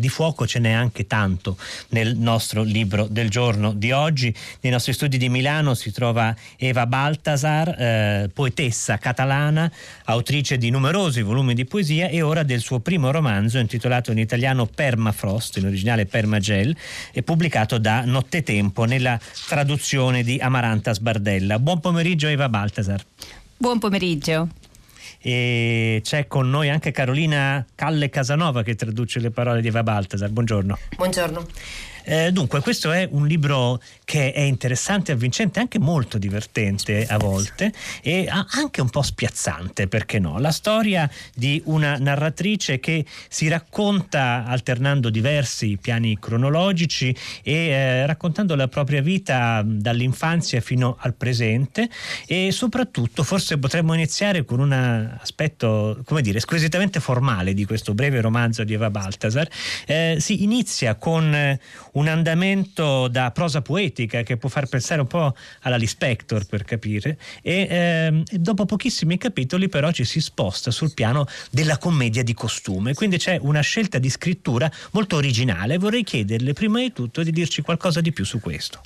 di fuoco ce n'è anche tanto nel nostro libro del giorno di oggi. Nei nostri studi di Milano si trova Eva Baltasar, poetessa catalana, autrice di numerosi volumi di poesia e ora del suo primo romanzo intitolato in italiano Permafrost, in originale Permagel, e pubblicato da Nottetempo nella traduzione di Amaranta Sbardella. Buon pomeriggio Eva Baltasar. Buon pomeriggio. E c'è con noi anche Carolina Calle Casanova che traduce le parole di Eva Baltasar. Buongiorno. Buongiorno. Dunque, questo è un libro che è interessante, avvincente, anche molto divertente a volte e anche un po' spiazzante, perché no? La storia di una narratrice che si racconta alternando diversi piani cronologici e raccontando la propria vita dall'infanzia fino al presente, e soprattutto forse potremmo iniziare con un aspetto, come dire, squisitamente formale di questo breve romanzo di Eva Baltasar. Si inizia con un andamento da prosa poetica che può far pensare un po' alla Lispector, per capire, e dopo pochissimi capitoli però ci si sposta sul piano della commedia di costume, quindi c'è una scelta di scrittura molto originale. Vorrei chiederle prima di tutto di dirci qualcosa di più su questo.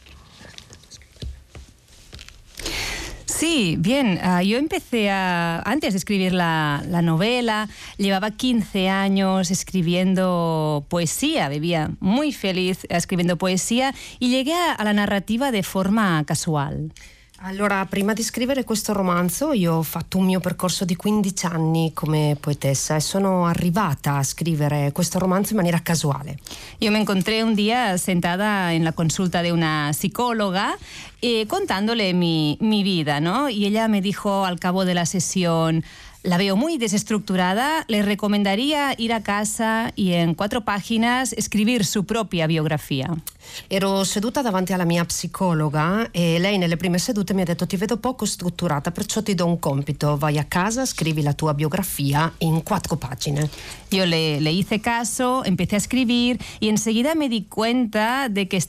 Sí, bien, yo empecé antes de escribir la novela, llevaba 15 años escribiendo poesía, vivía muy feliz escribiendo poesía y llegué a la narrativa de forma casual. Allora, prima di scrivere questo romanzo io ho fatto un mio percorso di 15 anni come poetessa e sono arrivata a scrivere questo romanzo in maniera casuale. Yo me encontré un día sentada en la consulta de una psicóloga contándole mi vida, ¿no? Y ella me dijo al cabo de la sesión: la veo muy desestructurada, le recomendaría ir a casa y en 4 páginas escribir su propia biografia. Ero seduta davanti alla mia psicologa e lei nelle prime sedute mi ha detto: ti vedo poco strutturata, perciò ti do un compito, vai a casa, scrivi la tua biografia in 4 pagine. Yo le hice caso, empecé a escribir y enseguida me di cuenta de que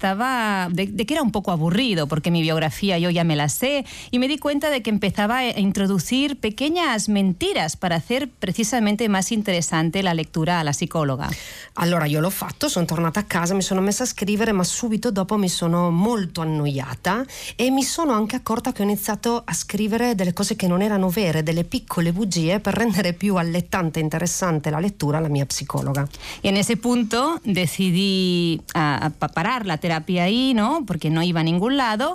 de que era un poco aburrido, porque mi biografía yo ya me la sé, y me di cuenta de que empezaba a introducir pequeñas mentiras para hacer precisamente más interesante la lectura alla psicologa. Allora io l'ho fatto, sono tornata a casa, mi sono messa a scrivere, ma subito dopo mi sono molto annoiata e mi sono anche accorta che ho iniziato a scrivere delle cose che non erano vere, delle piccole bugie per rendere più allettante e interessante la lettura alla mia psicologa. Y en ese punto decidí a parar la terapia ahí, ¿no? Porque no iba a ningún lado,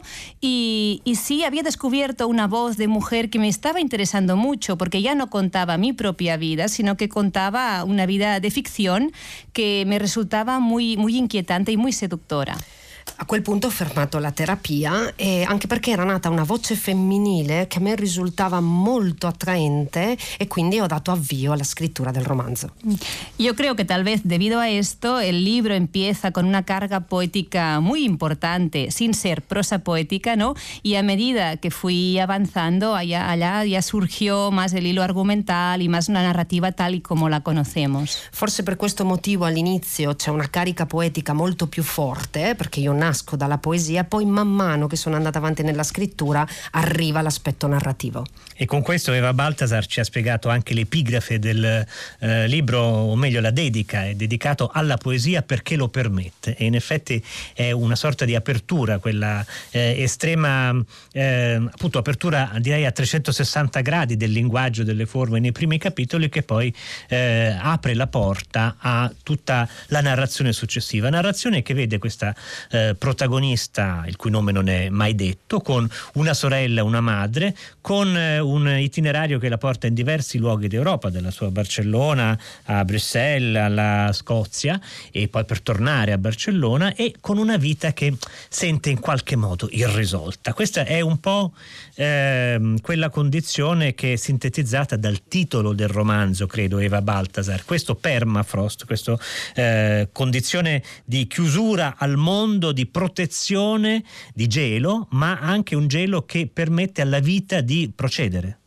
y sí había descubierto una voz de mujer que me estaba interesando mucho, porque ya no contaba mi propia vida, sino que contaba una vida de ficción que me resultaba muy, muy inquietante y muy seductora. A quel punto ho fermato la terapia, anche perché era nata una voce femminile che a me risultava molto attraente, e quindi ho dato avvio alla scrittura del romanzo. Yo creo que tal vez debido a esto el libro empieza con una carga poética muy importante, sin ser prosa poética, ¿no? Y a medida que fui avanzando allá ya surgió más el hilo argumental y más una narrativa tal y como la conocemos. Forse per questo motivo all'inizio c'è una carica poetica molto più forte, perché io nasco dalla poesia, poi man mano che sono andata avanti nella scrittura arriva l'aspetto narrativo. E con questo Eva Baltasar ci ha spiegato anche l'epigrafe del libro, o meglio la dedica, è dedicato alla poesia perché lo permette, e in effetti è una sorta di apertura, quella estrema appunto apertura direi a 360 gradi del linguaggio, delle forme nei primi capitoli, che poi apre la porta a tutta la narrazione successiva, narrazione che vede questa protagonista, il cui nome non è mai detto, con una sorella, una madre, con un itinerario che la porta in diversi luoghi d'Europa, dalla sua Barcellona a Bruxelles, alla Scozia, e poi per tornare a Barcellona, e con una vita che sente in qualche modo irrisolta. Questa è un po' quella condizione che è sintetizzata dal titolo del romanzo, credo, Eva Baltasar, questo permafrost, questa condizione di chiusura al mondo, di protezione, di gelo, ma anche un gelo che permette alla vita di procedere.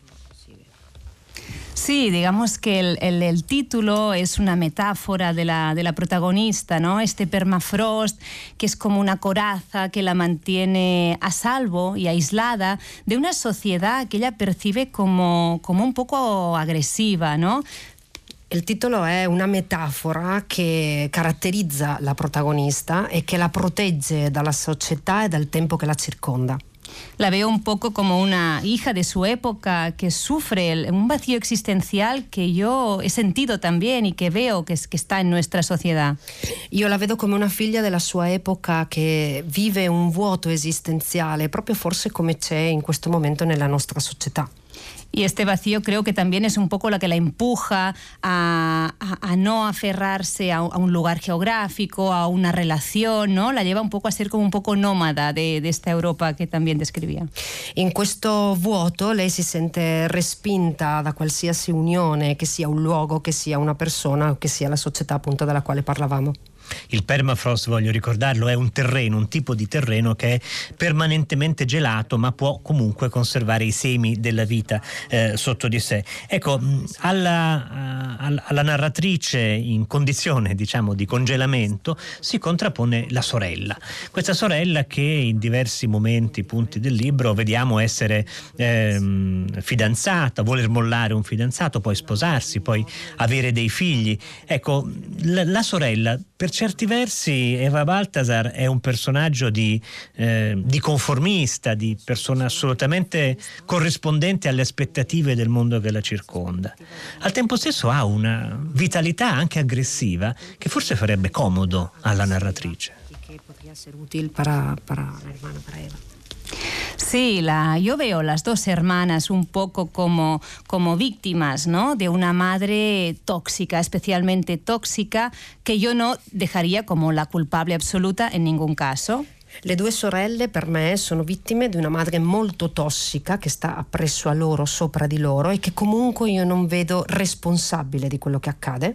Sí, digamos que el título es una metáfora de la protagonista, ¿no? Este permafrost, que es como una coraza que la mantiene a salvo y aislada de una sociedad que ella percibe como un poco agresiva, ¿no? Il titolo è una metafora che caratterizza la protagonista e che la protegge dalla società e dal tempo che la circonda. La veo un poco como una hija de su época que sufre un vacío existencial que yo he sentido también y que veo que está en nuestra sociedad. Io la vedo come una figlia della sua epoca che vive un vuoto esistenziale, proprio forse come c'è in questo momento nella nostra società. Y este vacío creo que también es un poco la que la empuja a no aferrarse a un lugar geográfico, a una relación, ¿no? La lleva un poco a ser como un poco nómada de esta Europa che también descrivia. In questo vuoto lei si sente respinta da qualsiasi unione, che sia un luogo, che sia una persona o che sia la società appunto della quale parlavamo. Il permafrost, voglio ricordarlo, è un terreno, un tipo di terreno che è permanentemente gelato ma può comunque conservare i semi della vita sotto di sé. Ecco, alla narratrice in condizione, diciamo, di congelamento si contrappone la sorella. Questa sorella che in diversi momenti, punti del libro, vediamo essere fidanzata, voler mollare un fidanzato, poi sposarsi, poi avere dei figli. Ecco, la sorella, per certi versi Eva Balthasar è un personaggio di conformista, di persona assolutamente corrispondente alle aspettative del mondo che la circonda. Al tempo stesso ha una vitalità anche aggressiva che forse farebbe comodo alla narratrice. Che potrebbe essere utile per la hermana, per Eva. Sí, yo veo las dos hermanas un poco como víctimas, ¿no? De una madre tóxica, especialmente tóxica, que yo no dejaría como la culpable absoluta en ningún caso. Le due sorelle per me sono vittime di una madre molto tossica che sta appresso a loro, sopra di loro, e che comunque io non vedo responsabile di quello che accade.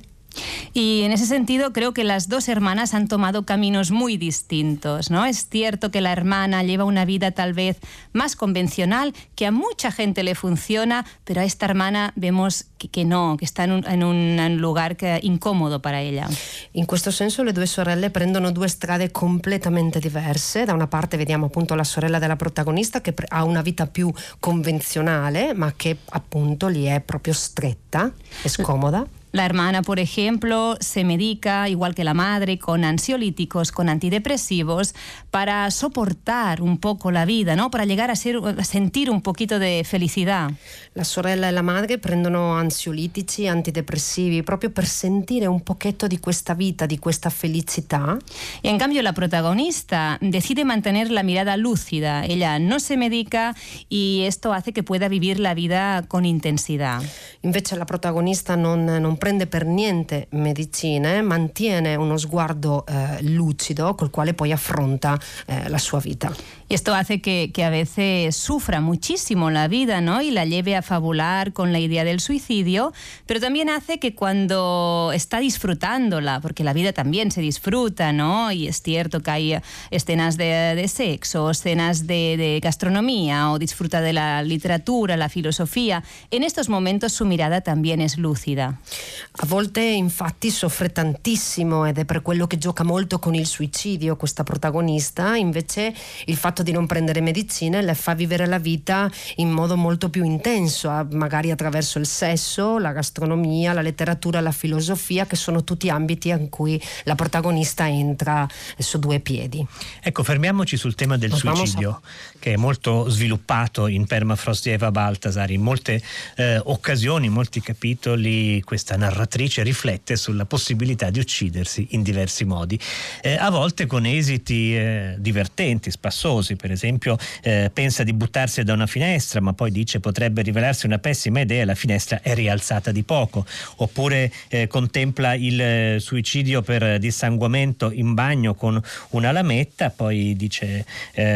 Y en ese sentido creo que las dos hermanas han tomado caminos muy distintos, ¿no? Es cierto que la hermana lleva una vida tal vez más convencional, que a mucha gente le funciona, pero a esta hermana vemos que no, que está en un lugar incómodo para ella. In questo senso le due sorelle prendono due strade completamente diverse. Da una parte vediamo appunto la sorella della protagonista che ha una vita più convenzionale, ma che appunto gli è proprio stretta e scomoda. La hermana, por ejemplo, se medica, igual que la madre, con ansiolíticos, con antidepresivos, para soportar un poco la vida, ¿no? Para llegar a sentir un poquito de felicidad. La sorella e la madre prendono ansiolitici, antidepressivi, proprio per sentire un pochetto di questa vita, di questa felicità. Y en cambio la protagonista decide mantener la mirada lúcida. Ella no se medica y esto hace que pueda vivir la vida con intensidad. Invece la protagonista non prende per niente medicine, mantiene uno sguardo lucido col quale poi affronta la sua vita. Y esto hace que a veces sufra muchísimo la vida, ¿no? Y la lleve a fabular con la idea del suicidio, pero también hace que cuando está disfrutándola, porque la vida también se disfruta, ¿no? Y es cierto que hay escenas de sexo, escenas de gastronomía, o disfruta de la literatura, la filosofía. En estos momentos su mirada también es lúcida. A volte infatti soffre tantissimo ed è per quello che gioca molto con il suicidio questa protagonista. Invece il fatto di non prendere medicine le fa vivere la vita in modo molto più intenso, magari attraverso il sesso, la gastronomia, la letteratura, la filosofia, che sono tutti ambiti in cui la protagonista entra su due piedi. Ecco, fermiamoci sul tema del suicidio, che è molto sviluppato in Permafrost di Eva Balthasar. In molte occasioni, in molti capitoli, questa narratrice riflette sulla possibilità di uccidersi in diversi modi, a volte con esiti divertenti, spassosi. Per esempio pensa di buttarsi da una finestra, ma poi dice potrebbe rivelarsi una pessima idea, la finestra è rialzata di poco. Oppure contempla il suicidio per dissanguamento in bagno con una lametta, poi dice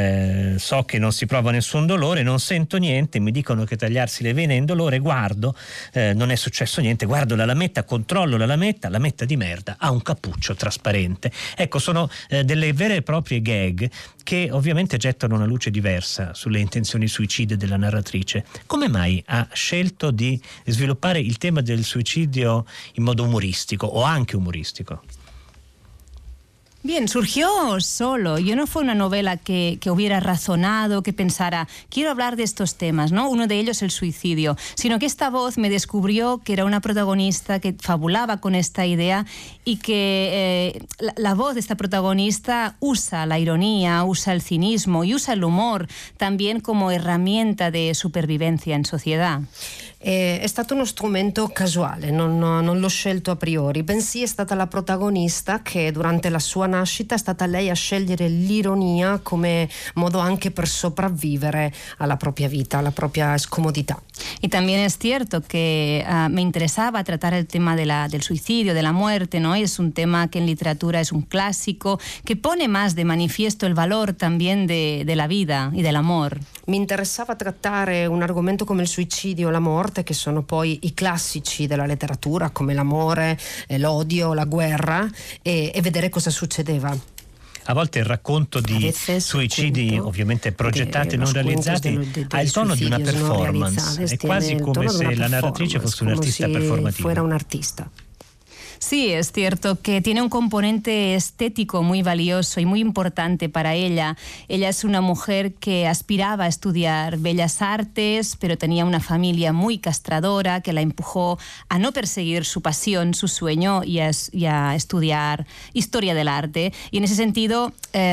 so che non si prova nessun dolore, non sento niente, mi dicono che tagliarsi le vene è indolore, guardo, non è successo niente, guardo la lametta, controllo la lametta di merda, ha un cappuccio trasparente. Ecco, sono delle vere e proprie gag che ovviamente gettano una luce diversa sulle intenzioni suicide della narratrice. Come mai ha scelto di sviluppare il tema del suicidio in modo umoristico o anche umoristico? Bien, surgió solo. Yo no fue una novela que hubiera razonado, que pensara, quiero hablar de estos temas, ¿no? Uno de ellos el suicidio, sino que esta voz me descubrió que era una protagonista que fabulaba con esta idea y que la voz de esta protagonista usa la ironía, usa el cinismo y usa el humor también como herramienta de supervivencia en società. È stato uno strumento casuale, non l'ho scelto a priori, bensì è stata la protagonista che durante la sua nascita è stata lei a scegliere l'ironia come modo anche per sopravvivere alla propria vita, alla propria scomodità. Y también es cierto que me interesaba tratar el tema del suicidio, de la muerte, ¿no? Es un tema que en literatura es un clásico, que pone más de manifiesto el valor también de la vida y del amor. Mi interessava trattare un argomento come il suicidio o la morte, che sono poi i classici della letteratura, come l'amore, l'odio, la guerra, e vedere cosa succedeva. A volte il racconto di suicidi ovviamente progettati e non realizzati ha il tono di una performance, è quasi come se la narratrice fosse un artista performativo. Fuera un artista. Sí, es cierto que tiene un componente estético muy valioso y muy importante para ella. Ella es una mujer que aspiraba a estudiar bellas artes, pero tenía una familia muy castradora que la empujó a no perseguir su pasión, su sueño y a estudiar historia del arte. Y en ese sentido,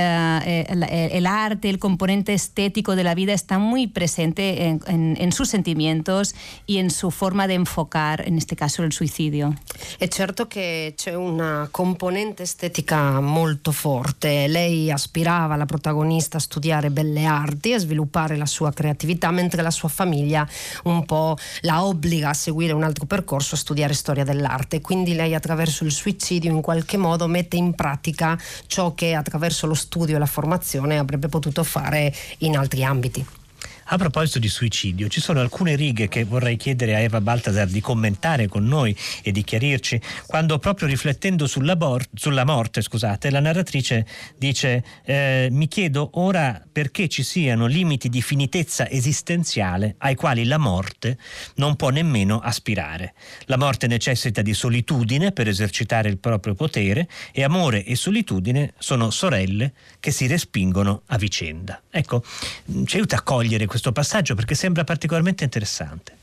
el arte, el componente estético de la vida está muy presente en sus sentimientos y en su forma de enfocar, en este caso, el suicidio. È certo che c'è una componente estetica molto forte. Lei aspirava, la protagonista, a studiare belle arti, a sviluppare la sua creatività, mentre la sua famiglia un po' la obbliga a seguire un altro percorso, a studiare storia dell'arte. Quindi lei, attraverso il suicidio, in qualche modo mette in pratica ciò che attraverso lo studio e la formazione avrebbe potuto fare in altri ambiti. A proposito di suicidio, ci sono alcune righe che vorrei chiedere a Eva Baltasar di commentare con noi e di chiarirci, quando proprio riflettendo sulla morte, la narratrice dice mi chiedo ora perché ci siano limiti di finitezza esistenziale ai quali la morte non può nemmeno aspirare. La morte necessita di solitudine per esercitare il proprio potere e amore e solitudine sono sorelle che si respingono a vicenda. Ecco, ci aiuta a cogliere questo passaggio perché sembra particolarmente interessante.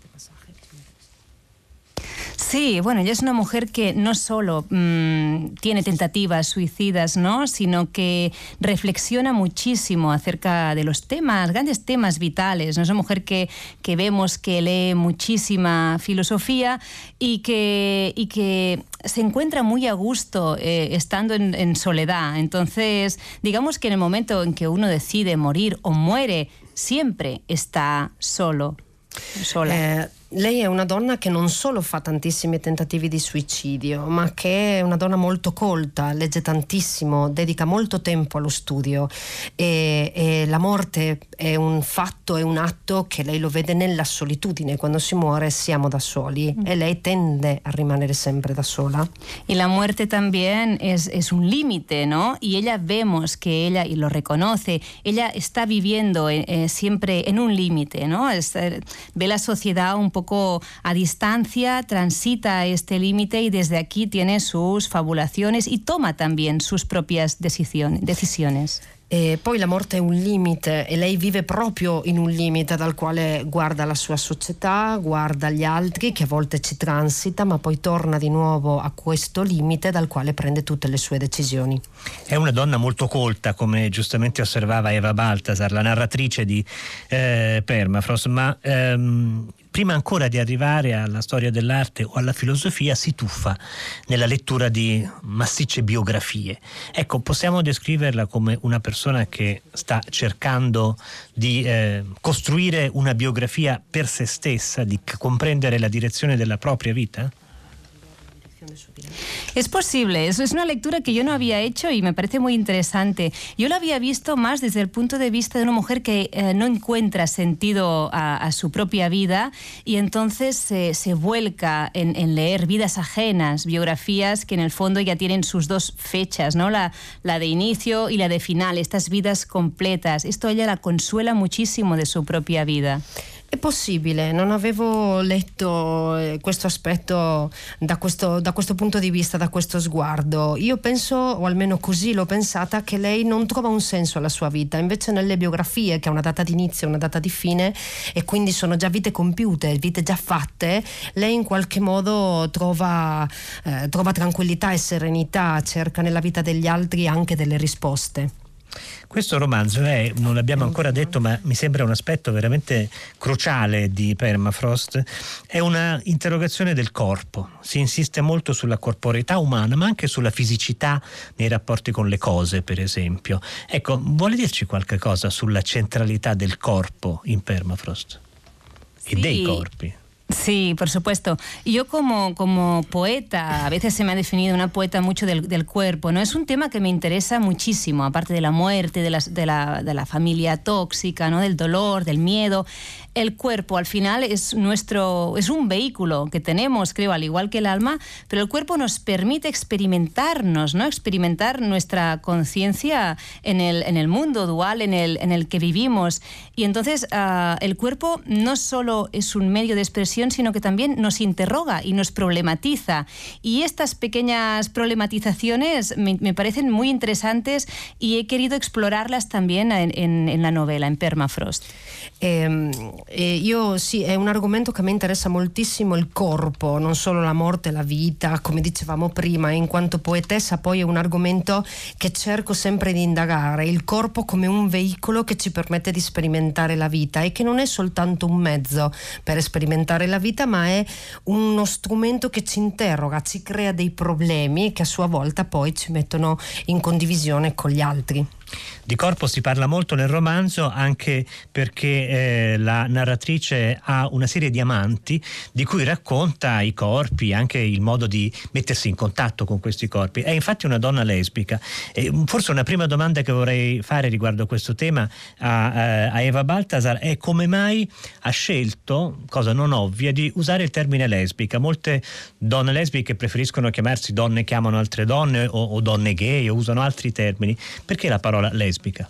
Sí, bueno, ella es una mujer que no solo tiene tentativas suicidas, ¿no? Sino que reflexiona muchísimo acerca de los grandes temas vitales, ¿no? Es una mujer que vemos que lee muchísima filosofía y que se encuentra muy a gusto estando en soledad. Entonces, digamos que en el momento en que uno decide morir o muere, siempre está sola. Lei è una donna che non solo fa tantissimi tentativi di suicidio, ma che è una donna molto colta, legge tantissimo, dedica molto tempo allo studio e la morte è un fatto, è un atto che lei lo vede nella solitudine. Quando si muore siamo da soli e lei tende a rimanere sempre da sola. Y la muerte también es un límite, ¿no? Y ella vemos que ella, y lo reconoce, ella está viviendo siempre en un límite, ¿no? Ve la sociedad un poco a distancia, transita este límite y desde aquí tiene sus fabulaciones y toma también sus propias decisiones. E poi la morte è un limite e lei vive proprio in un limite dal quale guarda la sua società, guarda gli altri, che a volte ci transita, ma poi torna di nuovo a questo limite dal quale prende tutte le sue decisioni. È una donna molto colta, come giustamente osservava Eva Baltasar, la narratrice di Permafrost, ma prima ancora di arrivare alla storia dell'arte o alla filosofia si tuffa nella lettura di massicce biografie. Ecco, possiamo descriverla come una persona che sta cercando di costruire una biografia per se stessa, di comprendere la direzione della propria vita? Es posible, eso es una lectura que yo no había hecho y me parece muy interesante. Yo la había visto más desde el punto de vista de una mujer que no encuentra sentido a su propia vida y entonces se vuelca en leer vidas ajenas, biografías que en el fondo ya tienen sus dos fechas, ¿no? La de inicio y la de final, estas vidas completas. Esto a ella la consuela muchísimo de su propia vida. È possibile, non avevo letto questo aspetto da questo punto di vista, da questo sguardo. Io penso, o almeno così l'ho pensata, che lei non trova un senso alla sua vita, invece nelle biografie, che ha una data di inizio e una data di fine, e quindi sono già vite compiute, vite già fatte, lei in qualche modo trova tranquillità e serenità, cerca nella vita degli altri anche delle risposte. Questo romanzo non l'abbiamo ancora detto, ma mi sembra un aspetto veramente cruciale di Permafrost, è una interrogazione del corpo. Si insiste molto sulla corporeità umana, ma anche sulla fisicità nei rapporti con le cose, per esempio. Ecco, vuole dirci qualche cosa sulla centralità del corpo in Permafrost? Sì. E dei corpi? Sí, por supuesto. Yo como poeta, a veces se me ha definido una poeta mucho del cuerpo, ¿no? Es un tema que me interesa muchísimo, aparte de la muerte, de la familia tóxica, ¿no? Del dolor, del miedo. El cuerpo al final es un vehículo que tenemos, creo, al igual que el alma, pero el cuerpo nos permite experimentarnos, ¿no? Experimentar nuestra conciencia en el mundo dual en el que vivimos. Y entonces el cuerpo no solo es un medio de expresión, sino que también nos interroga y nos problematiza. Y estas pequeñas problematizaciones me parecen muy interesantes y he querido explorarlas también en la novela, en Permafrost. Io sì, è un argomento che mi interessa moltissimo, il corpo, non solo la morte, la vita, come dicevamo prima. In quanto poetessa poi è un argomento che cerco sempre di indagare, il corpo come un veicolo che ci permette di sperimentare la vita e che non è soltanto un mezzo per sperimentare la vita, ma è uno strumento che ci interroga, ci crea dei problemi che a sua volta poi ci mettono in condivisione con gli altri. Di corpo si parla molto nel romanzo, anche perché la narratrice ha una serie di amanti di cui racconta i corpi, anche il modo di mettersi in contatto con questi corpi. È infatti una donna lesbica. Forse una prima domanda che vorrei fare riguardo questo tema a Eva Baltasar è come mai ha scelto, cosa non ovvia, di usare il termine lesbica. Molte donne lesbiche preferiscono chiamarsi donne che amano altre donne o donne gay, o usano altri termini. Perché la parola lesbica?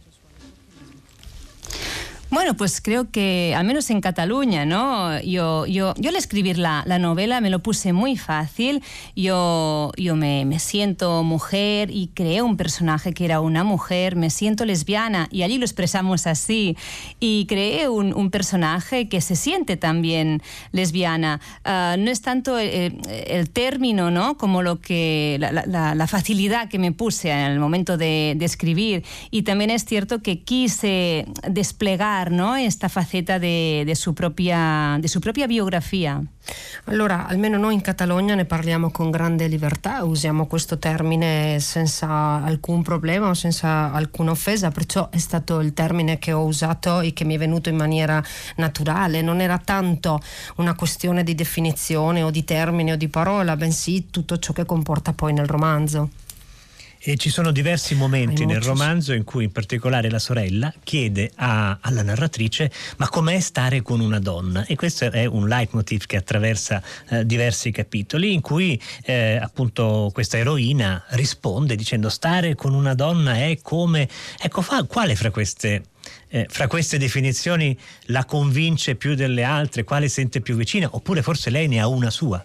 Bueno, pues creo que, al menos en Cataluña, ¿no? Yo al escribir la novela me lo puse muy fácil. Yo me siento mujer y creé un personaje que era una mujer, me siento lesbiana y allí lo expresamos así. Y creé un personaje que se siente también lesbiana. No es tanto el término, ¿no? Como lo que la facilidad que me puse en el momento de escribir. Y también es cierto que quise desplegar, ¿no? Esta faceta de su propia biografia. Allora, almeno noi in Catalogna ne parliamo con grande libertà, usiamo questo termine senza alcun problema o senza alcuna offesa, perciò è stato il termine che ho usato e che mi è venuto in maniera naturale. Non era tanto una questione di definizione o di termine o di parola, bensì tutto ciò che comporta poi nel romanzo. E ci sono diversi momenti nel romanzo in cui in particolare la sorella chiede alla narratrice ma com'è stare con una donna, e questo è un leitmotiv che attraversa diversi capitoli, in cui appunto questa eroina risponde dicendo stare con una donna è come, ecco, quale fra queste definizioni la convince più delle altre, quale sente più vicina, oppure forse lei ne ha una sua?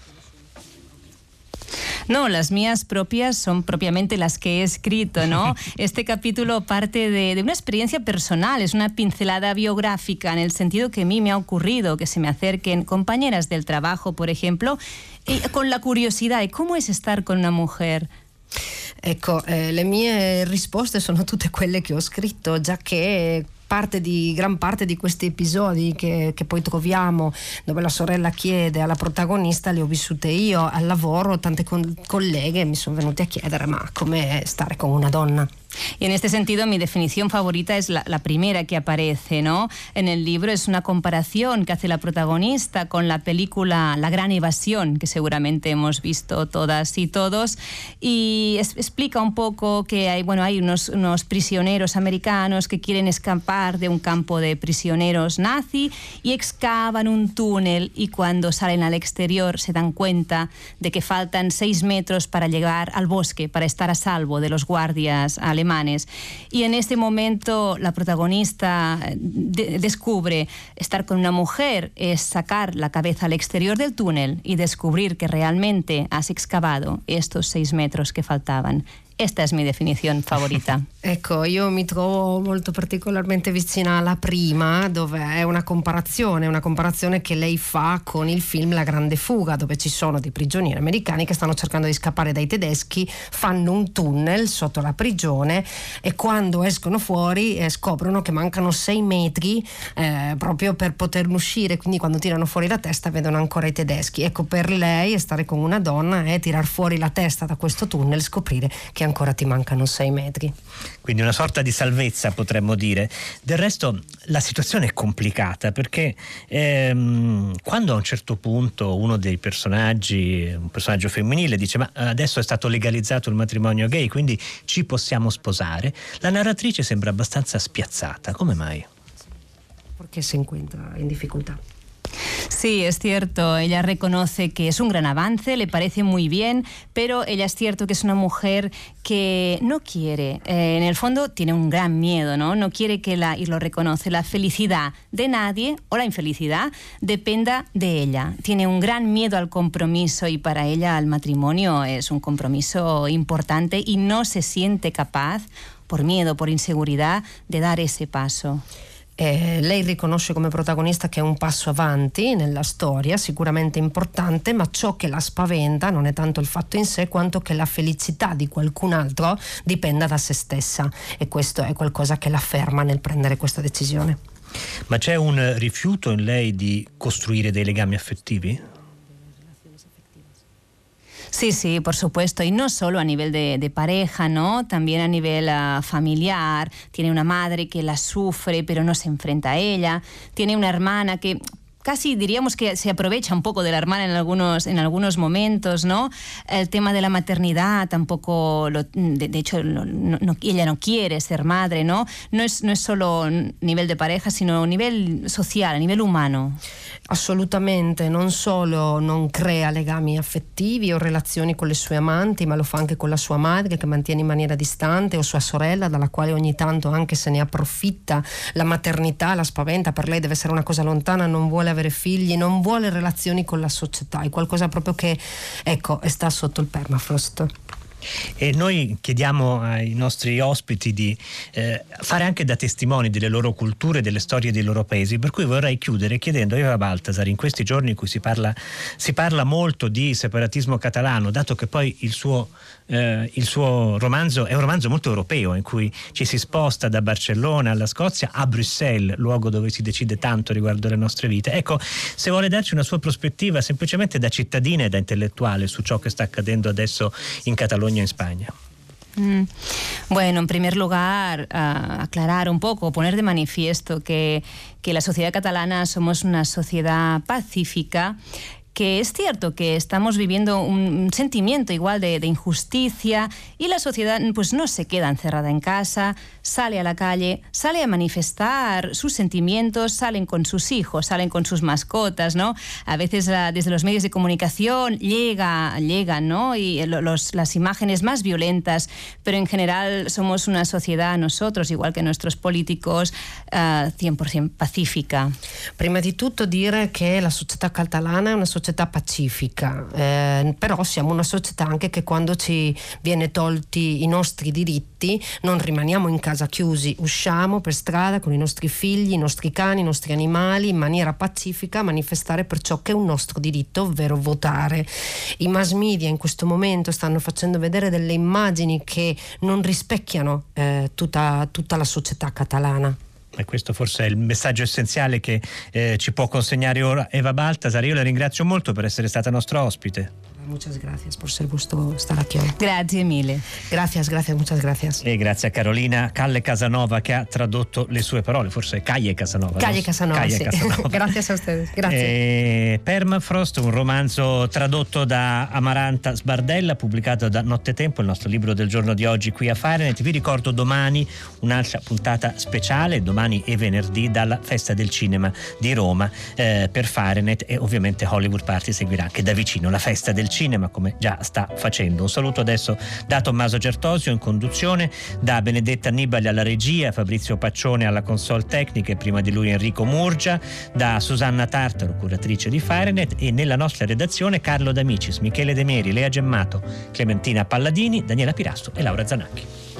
No, las mías propias son propiamente las que he escrito, ¿no? Este capítulo parte de una experiencia personal, es una pincelada biográfica en el sentido que a mí me ha ocurrido, que se me acerquen compañeras del trabajo, por ejemplo, con la curiosidad de cómo es estar con una mujer. Ecco, le mie risposte sono tutte quelle che ho scritto, già che gran parte di questi episodi che poi troviamo, dove la sorella chiede alla protagonista, le ho vissute io al lavoro. Tante colleghe mi sono venute a chiedere ma com'è stare con una donna. Y en este sentido mi definición favorita es la primera que aparece, ¿no? En el libro es una comparación que hace la protagonista con la película La Gran Evasión, que seguramente hemos visto todas y todos, y explica un poco que hay unos prisioneros americanos que quieren escapar de un campo de prisioneros nazi y excavan un túnel, y cuando salen al exterior se dan cuenta de que faltan 6 metros para llegar al bosque, para estar a salvo de los guardias alemanes. alemanes. Y en este momento la protagonista descubre estar con una mujer es sacar la cabeza al exterior del túnel y descubrir que realmente has excavato estos 6 metros che faltavan. Questa è mia definizione favorita. Ecco, io mi trovo molto particolarmente vicina alla prima, dove è una comparazione che lei fa con il film La Grande Fuga, dove ci sono dei prigionieri americani che stanno cercando di scappare dai tedeschi, fanno un tunnel sotto la prigione e quando escono fuori scoprono che mancano 6 metri proprio per poterne uscire, quindi quando tirano fuori la testa vedono ancora i tedeschi. Ecco, per lei stare con una donna è tirar fuori la testa da questo tunnel, scoprire che ancora ti mancano 6 metri. Quindi una sorta di salvezza, potremmo dire. Del resto la situazione è complicata perché quando a un certo punto uno dei personaggi, un personaggio femminile, dice ma adesso è stato legalizzato il matrimonio gay, quindi ci possiamo sposare, la narratrice sembra abbastanza spiazzata. Come mai? Perché si encuentra in difficoltà. Sí, es cierto, ella reconoce que es un gran avance, le parece muy bien, pero ella es cierto que es una mujer que no quiere, en el fondo tiene un gran miedo, ¿no? No quiere que y lo reconoce, la felicidad de nadie o la infelicidad dependa de ella. Tiene un gran miedo al compromiso y para ella el matrimonio es un compromiso importante y no se siente capaz, por miedo, por inseguridad, de dar ese paso. Lei riconosce come protagonista che è un passo avanti nella storia, sicuramente importante, ma ciò che la spaventa non è tanto il fatto in sé quanto che la felicità di qualcun altro dipenda da se stessa, e questo è qualcosa che la ferma nel prendere questa decisione. Ma c'è un rifiuto in lei di costruire dei legami affettivi? Sí, sí, por supuesto, y no solo a nivel de pareja, ¿no? También a nivel familiar. Tiene una madre que la sufre, pero no se enfrenta a ella. Tiene una hermana que casi diríamos que se aprovecha un poco de la hermana en algunos momentos, ¿no? El tema de la maternidad tampoco, de hecho, ella no quiere ser madre, ¿no? No es solo nivel de pareja, sino a nivel social, a nivel umano. Assolutamente, non solo non crea legami affettivi o relazioni con le sue amanti, ma lo fa anche con la sua madre che mantiene in maniera distante, o sua sorella dalla quale ogni tanto anche se ne approfitta. La maternità la spaventa, per lei deve essere una cosa lontana, non vuole avere figli, non vuole relazioni con la società, è qualcosa proprio che, ecco, sta sotto il permafrost. E noi chiediamo ai nostri ospiti di fare anche da testimoni delle loro culture, delle storie dei loro paesi, per cui vorrei chiudere chiedendo a Eva Baltasar, in questi giorni in cui si parla molto di separatismo catalano, dato che poi il suo romanzo è un romanzo molto europeo, in cui ci si sposta da Barcellona alla Scozia a Bruxelles, luogo dove si decide tanto riguardo le nostre vite. Ecco, se vuole darci una sua prospettiva semplicemente da cittadina e da intellettuale su ciò che sta accadendo adesso in Catalogna, en España. Bueno, en primer lugar, aclarar un poco, poner de manifiesto que la sociedad catalana somos una sociedad pacífica, que es cierto que estamos viviendo un sentimiento igual de injusticia y la sociedad pues no se queda encerrada en casa, sale a la calle, sale a manifestar sus sentimientos, salen con sus hijos, salen con sus mascotas, ¿no? A veces desde los medios de comunicación llegan, ¿no? Y las imágenes más violentas, pero en general somos una sociedad, nosotros, igual que nuestros políticos, 100% pacífica. Prima di tutto dire che la società catalana è una società pacifica, però siamo una società anche che quando ci viene tolti i nostri diritti non rimaniamo in casa chiusi, usciamo per strada con i nostri figli, i nostri cani, i nostri animali in maniera pacifica a manifestare per ciò che è un nostro diritto, ovvero votare. I mass media in questo momento stanno facendo vedere delle immagini che non rispecchiano tutta la società catalana. E questo forse è il messaggio essenziale che ci può consegnare ora Eva Baltasar. Io la ringrazio molto per essere stata nostra ospite. Muchas gracias por ser vuestro estar aquí hoy. Grazie mille. Gracias, muchas gracias. E grazie a Carolina Calle Casanova che ha tradotto le sue parole, forse Calle Casanova. Calle Casanova, sì. Casanova. Grazie a ustedes. Grazie. Permafrost, un romanzo tradotto da Amaranta Sbardella, pubblicato da Nottetempo, il nostro libro del giorno di oggi qui a Fahrenheit. Vi ricordo domani un'altra puntata speciale, domani e venerdì, dalla Festa del Cinema di Roma per Fahrenheit, e ovviamente Hollywood Party seguirà anche da vicino la Festa del cinema, come già sta facendo. Un saluto adesso da Tommaso Gertosio in conduzione, da Benedetta Annibali alla regia, Fabrizio Paccione alla console tecnica e prima di lui Enrico Murgia, da Susanna Tartaro, curatrice di Fahrenheit, e nella nostra redazione Carlo D'Amicis, Michele De Meri, Lea Gemmato, Clementina Palladini, Daniela Pirasto e Laura Zanacchi.